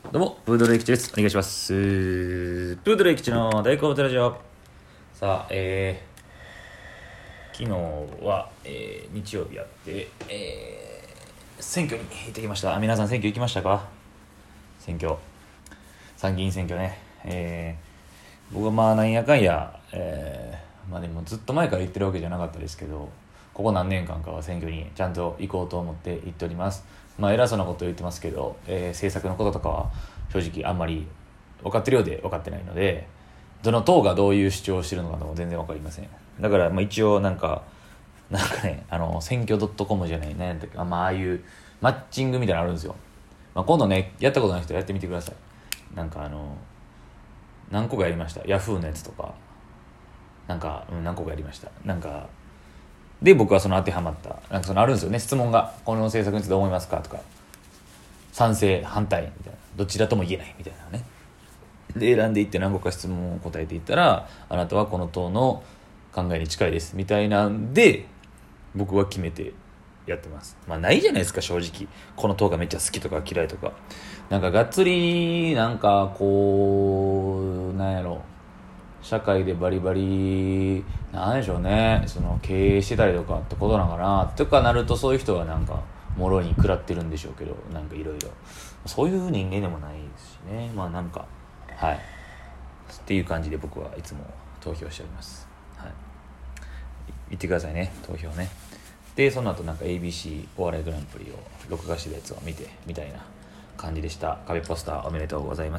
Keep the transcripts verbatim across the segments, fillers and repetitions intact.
どうも、プードル駅地です。お願いします。プードル駅地の大好物ラジオ。さあ、えー、昨日は、えー、日曜日やって、えー、選挙に行ってきました。皆さん選挙行きましたか？選挙。参議院選挙ね。えー、僕はまあ、なんやかんや、えー、まあでもずっと前から言ってるわけじゃなかったですけど、ここ何年間かは選挙にちゃんと行こうと思って行っております。まあ偉そうなこと言ってますけど、えー、政策のこととかは正直あんまり分かってるようで分かってないので、どの党がどういう主張をしてるのかも全然分かりません。だからまあ一応なんかなんかね、あの選挙 .com じゃないね、あまあああいうマッチングみたいなのあるんですよ。まあ、今度ねやったことない人はやってみてください。なんかあの何個かやりました。ヤフーのやつとかなんか、うん、何個かやりました。なんかで僕はその当てはまったなんかそのあるんですよね、質問が。この政策についてどう思いますかとか、賛成反対みたいな、どちらとも言えないみたいなね。で選んでいって何個か質問を答えていったら、あなたはこの党の考えに近いですみたいなんで僕は決めてやってます。まあないじゃないですか正直、この党がめっちゃ好きとか嫌いとか。なんかがっつりなんかこうなんやろ、社会でバリバリなんでしょうね、その経営してたりとかってことなのかなとかなると、そういう人はなんかもろに食らってるんでしょうけど、なんかいろいろそういう人間でもないですしね。まあなんかはいっていう感じで僕はいつも投票しております。はい、言ってくださいね、投票ね。でその後なんか エービーシー お笑いグランプリを録画してたやつを見てみたいな感じでした。壁ポスターおめでとうございます。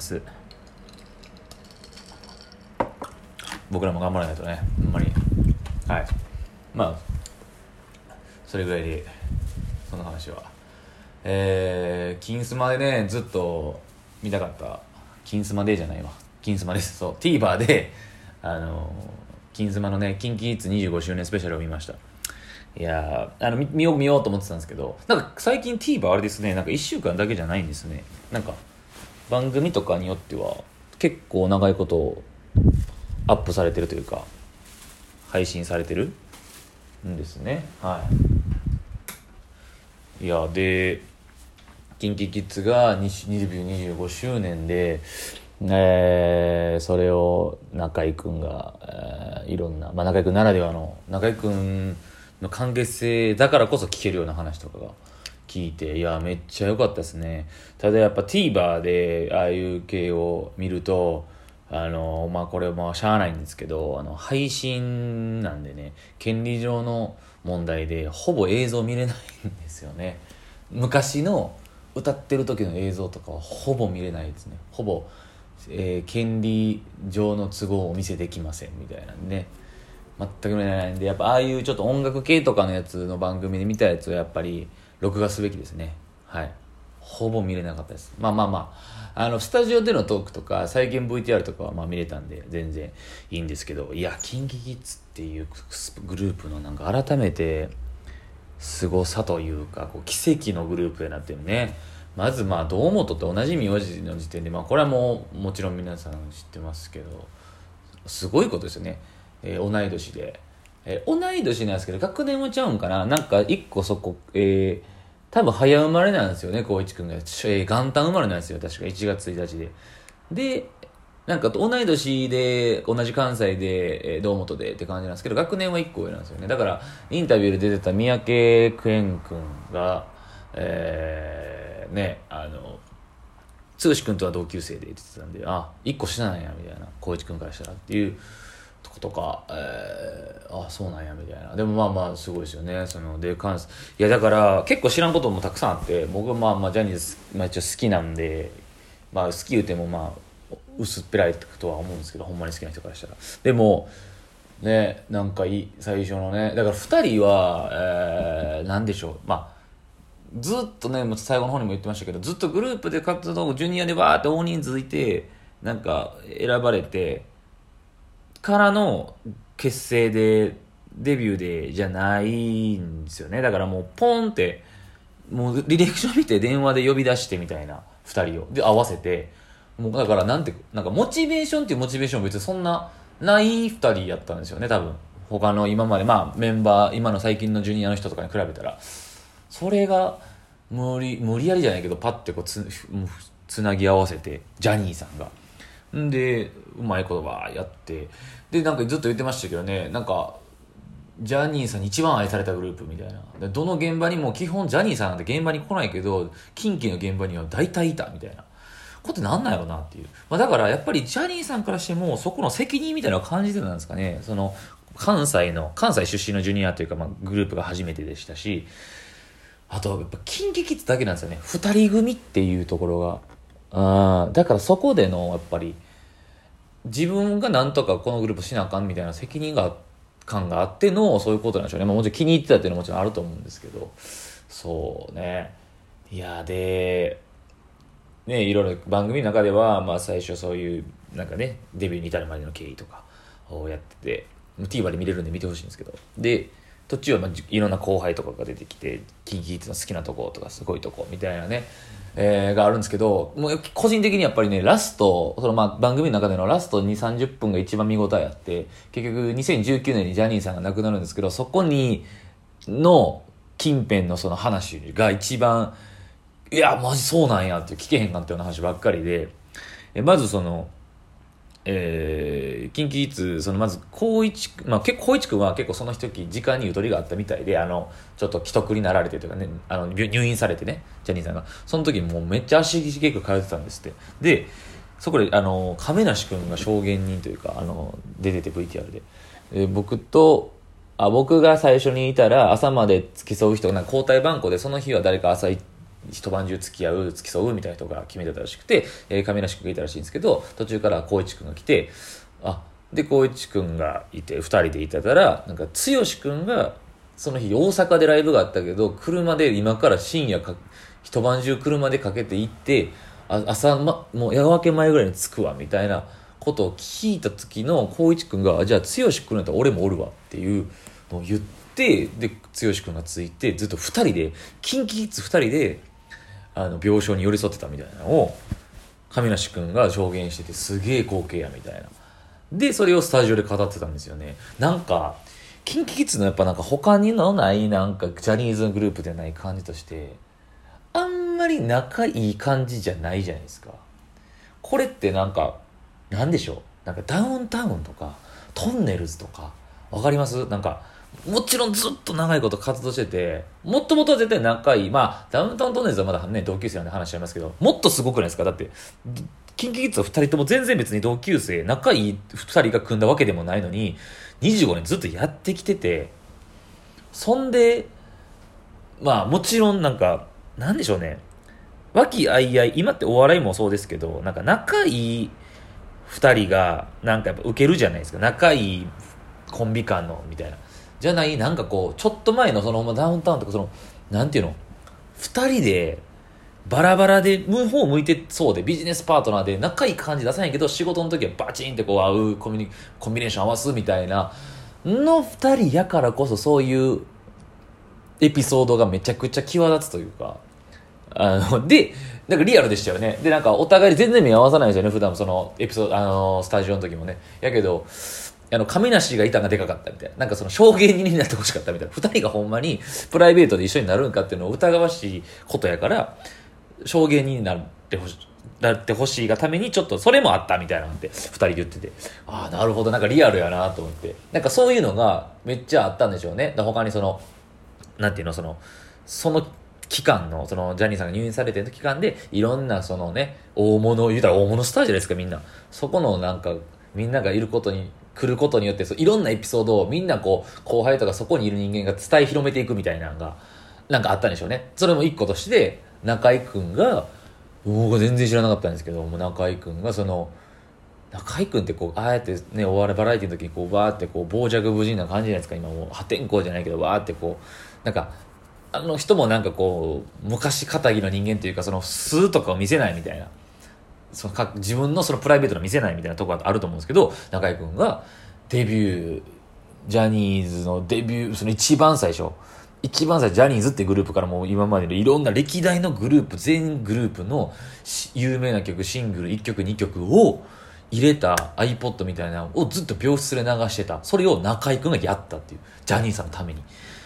僕らも頑張らないとね、ほんまに。はい。まあそれぐらいでその話は。えー、金スマでねずっと見たかった、金スマでじゃないわ、金スマです。そう TVer であの金スマのね キンキキッズにじゅうごしゅうねんスペシャルを見ました。いやーあの 見, 見よう見ようと思ってたんですけど、なんか最近 TVer あれですね、なんかいっしゅうかんだけじゃないんですね。なんか番組とかによっては結構長いことアップされてるというか配信されてるんですね。はい。いやでキンキキッズがデビューにじゅうごしゅうねんで、えー、それを中居君が、えー、いろんな、まあ、中居君ならではの中居君の関係性だからこそ聞けるような話とかが聞いて、いやめっちゃ良かったですね。ただやっぱ TVer でああいう系を見るとあのまあこれはまあしゃあないんですけど、あの配信なんでね、権利上の問題でほぼ映像見れないんですよね。昔の歌ってる時の映像とかはほぼ見れないですね。ほぼ、えー、権利上の都合をお見せできませんみたいなんでね、全く見れないんで、やっぱああいうちょっと音楽系とかのやつの番組で見たやつはやっぱり録画すべきですね。はい。ほぼ見れなかったです。まあまあまあ、あのスタジオでのトークとか再現 ブイティーアール とかはまあ見れたんで全然いいんですけど、いや キンキキッズっていうグループのなんか改めて凄さというか、こう奇跡のグループやなっていうね。まずまあ堂本と同じ名字の時点で、まあこれはもうもちろん皆さん知ってますけどすごいことですよね。えー、同い年で、えー、同い年なんですけど学年はちゃうんかな、なんか一個そこ、えー、多分早生まれなんですよね、光一くんが、えー、元旦生まれなんですよ確かいちがつついたちで。でなんか同い年で同じ関西で、えー、堂本でって感じなんですけど、学年はいっこ上なんですよね。だからインタビューで出てた三宅クエン君が、えー、ねあの剛君とは同級生で出てたんで、あいっこ下なんやみたいな、光一君からしたらっていうとことか、えー、あそうなんやみたいな。でもまあまあすごいですよね。そので関いやだから結構知らんこともたくさんあって、僕はまあまあジャニーズ、まあ、一応好きなんで、まあ好き言うてもまあ薄っぺらいとは思うんですけど、ほんまに好きな人からしたら。でもね、なんかいい最初のね、だからふたりは、えー、なんでしょう、まあずっとね最後の方にも言ってましたけど、ずっとグループで活動ジュニアでバーって大人数いてなんか選ばれてからの結成でデビューでじゃないんですよね。だからもうポンってもう履歴書見て電話で呼び出してみたいな、ふたりをで合わせて、もうだからなんてなんかモチベーションっていうモチベーションも別にそんなないふたりやったんですよね多分。他の今までまあメンバー今の最近のジュニアの人とかに比べたら、それが無理無理やりじゃないけどパッてこうつつなぎ合わせてジャニーさんがんでうまいことばやってでなんかずっと言ってましたけどねなんかジャニーさんに一番愛されたグループみたいなでどの現場にも基本ジャニーさんなんて現場に来ないけどキンキの現場には大体いたみたいなことなんなんやろなっていう、まあ、だからやっぱりジャニーさんからしてもそこの責任みたいなのを感じてたんですかねその関西の関西出身のジュニアというか、まあ、グループが初めてでしたしあとやっぱキンキキッズだけなんですよね二人組っていうところがあだからそこでのやっぱり自分がなんとかこのグループしなあかんみたいな責任が感があってのそういうことなんでしょうね、まあ、もちろん気に入ってたっていうのはもちろんあると思うんですけどそうねいやでねいろいろ番組の中では、まあ、最初そういうなんかねデビューに至るまでの経緯とかをやってて TVer で見れるんで見てほしいんですけどで途中はまあいろんな後輩とかが出てきてキンキキッズの好きなとことかすごいとこみたいなね、えー、があるんですけどもう個人的にやっぱりねラストそのまあ番組の中でのラストにじゅうさんじゅっぷんが一番見応えあって結局にせんじゅうきゅうねんにジャニーさんが亡くなるんですけどそこにの近辺のその話が一番いやマジそうなんやって聞けへんかったような話ばっかりでえまずそのえー、キンキキッズそのまず光一君、まあ、結構光一君は結構その時時間にゆとりがあったみたいであのちょっと既得になられてというかねあの入院されてねジャニーさんがその時もうめっちゃ足しげく通ってたんですってでそこであの亀梨君が証言人というかあの出てて ブイティーアール で、えー、僕とあ僕が最初にいたら朝まで付き添う人がなんか交代番号でその日は誰か朝一晩中付き合う付き添うみたいな人が決めてたらしくて、えー、亀梨君がいたらしいんですけど途中から光一君が来てあで光一君がいてふたりでいてたらなんか剛君がその日大阪でライブがあったけど車で今から深夜か一晩中車でかけて行ってあ朝、ま、もう夜明け前ぐらいに着くわみたいなことを聞いた時の光一君がじゃあ剛君だったら俺もおるわっていうのを言ってで剛君がついてずっとふたりでキンキキッズふたりであの病床に寄り添ってたみたいなのを亀梨君が証言しててすげえ光景やみたいなでそれをスタジオで語ってたんですよねなんかキンキキッズのやっぱなんか他にのないなんかジャニーズのグループでない感じとしてあんまり仲いい感じじゃないじゃないですかこれってなんかなんでしょうなんかダウンタウンとかトンネルズとかわかりますなんかもちろんずっと長いこと活動しててもともとは絶対仲いいまあダウンタウントンネルズはまだね同級生なんで話しちゃいますけどもっとすごくないですかだってキンキキッズはふたりとも全然別に同級生仲いいふたりが組んだわけでもないのににじゅうごねんずっとやってきててそんでまあもちろんなんかなんでしょうね和気あいあい今ってお笑いもそうですけどなんか仲いいふたりがなんかやっぱウケるじゃないですか仲いいコンビ感のみたいなじゃないなんかこうちょっと前のそのダウンタウンとかそのなんていうのふたりでバラバラで向こう向いてそうでビジネスパートナーで仲いい感じ出さないけど仕事の時はバチンってこう合うコミュニコンビネーション合わすみたいなのふたりやからこそそういうエピソードがめちゃくちゃ際立つというかあのでなんかリアルでしたよねでなんかお互い全然目合わさないですよね普段そのエピソードあのスタジオの時もねやけどあの亀梨がいたのがでかかったみたいななんかその証言人になってほしかったみたいなふたりがほんまにプライベートで一緒になるんかっていうのを疑わしいことやから証言人になってほしなってほしいがためにちょっとそれもあったみたいなのってふたりで言っててああなるほどなんかリアルやなと思ってなんかそういうのがめっちゃあったんでしょうねだ他にそのなんていうのそのその期間のそのジャニーさんが入院されてる期間でいろんなそのね大物言うたら大物スターじゃないですかみんなそこのなんかみんながいることに来ることによってそういろんなエピソードをみんなこう後輩とかそこにいる人間が伝え広めていくみたいなのがなんかあったんでしょうねそれも一個として中居君が僕全然知らなかったんですけども中居君がその中居君ってこうああやってねお笑いバラエティの時にこうわーってこう傍若無人な感じじゃないですか今もう破天荒じゃないけどわーってこうなんかあの人もなんかこう昔かたぎの人間というかその素とかを見せないみたいなそのか自分のそのプライベートの見せないみたいなところがあると思うんですけど中居君がデビュージャニーズのデビューその一番最初一番最初ジャニーズっていうグループからもう今までのいろんな歴代のグループ全グループの有名な曲シングルいっきょくにきょくを入れた iPod みたいなのをずっと病室で流してたそれを中居君がやったっていうジャニーさんのために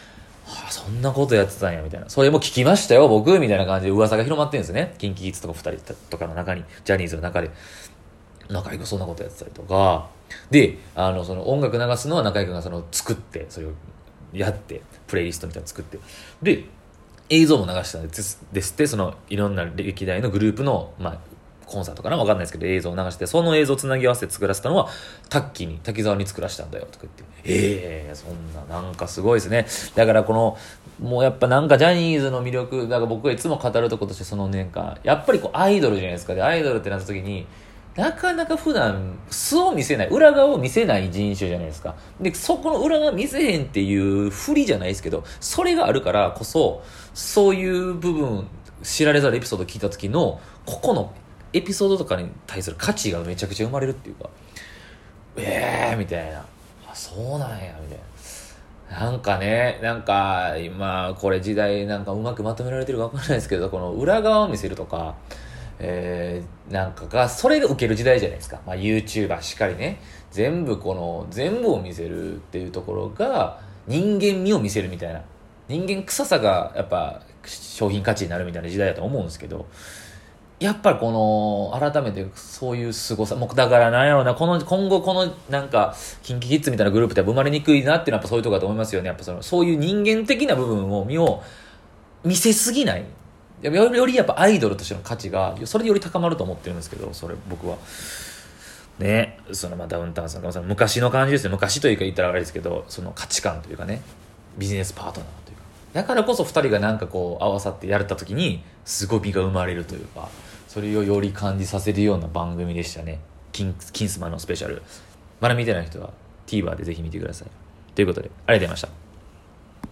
はあ、そんなことやってたんやみたいな、それも聞きましたよ僕みたいな感じで噂が広まってるんですね。キンキキッズとかふたりとかの中に、ジャニーズの中で中居君そんなことやってたりとかで、あのその音楽流すのは中居君がその作ってそれをやってプレイリストみたいなの作ってで映像も流したんですですってそのいろんな歴代のグループのまあコンサートかな分かんないですけど映像を流してその映像をつなぎ合わせて作らせたのはタッキーに滝沢に作らせたんだよとか言ってええー、そんななんかすごいですね。だからこのもうやっぱなんかジャニーズの魅力だから僕がいつも語るとことしてその年間やっぱりこうアイドルじゃないですか。でアイドルってなった時になかなか普段素を見せない裏側を見せない人種じゃないですか。でそこの裏側見せへんっていう振りじゃないですけどそれがあるからこそそういう部分知られざるエピソードを聞いた時のここのエピソードとかに対する価値がめちゃくちゃ生まれるっていうかええー、みたいなあそうなんやみたいななんかねなんか今これ時代なんかうまくまとめられてるか分かんないですけどこの裏側を見せるとかえー、なんかがそれが受ける時代じゃないですか、まあ、YouTuber しっかりね全部この全部を見せるっていうところが人間味を見せるみたいな人間臭さがやっぱ商品価値になるみたいな時代だと思うんですけどやっぱりこの改めてそういう凄さもうだからなんやろうなこの今後このなんかキンキキッズみたいなグループって生まれにくいなっていうのはやっぱそういうところだと思いますよね。やっぱそのそういう人間的な部分を身を見せすぎないよりよりやっぱアイドルとしての価値がそれでより高まると思ってるんですけどそれ僕はねそのまあダウンタウンさんが昔の感じですよ。昔というか言ったらあれですけどその価値観というかねビジネスパートナーというかだからこそふたりがなんかこう合わさってやれた時にすごい美が生まれるというかそれをより感じさせるような番組でしたね。キン、キンスマンのスペシャルまだ見てない人は TVer でぜひ見てくださいということでありがとうございました。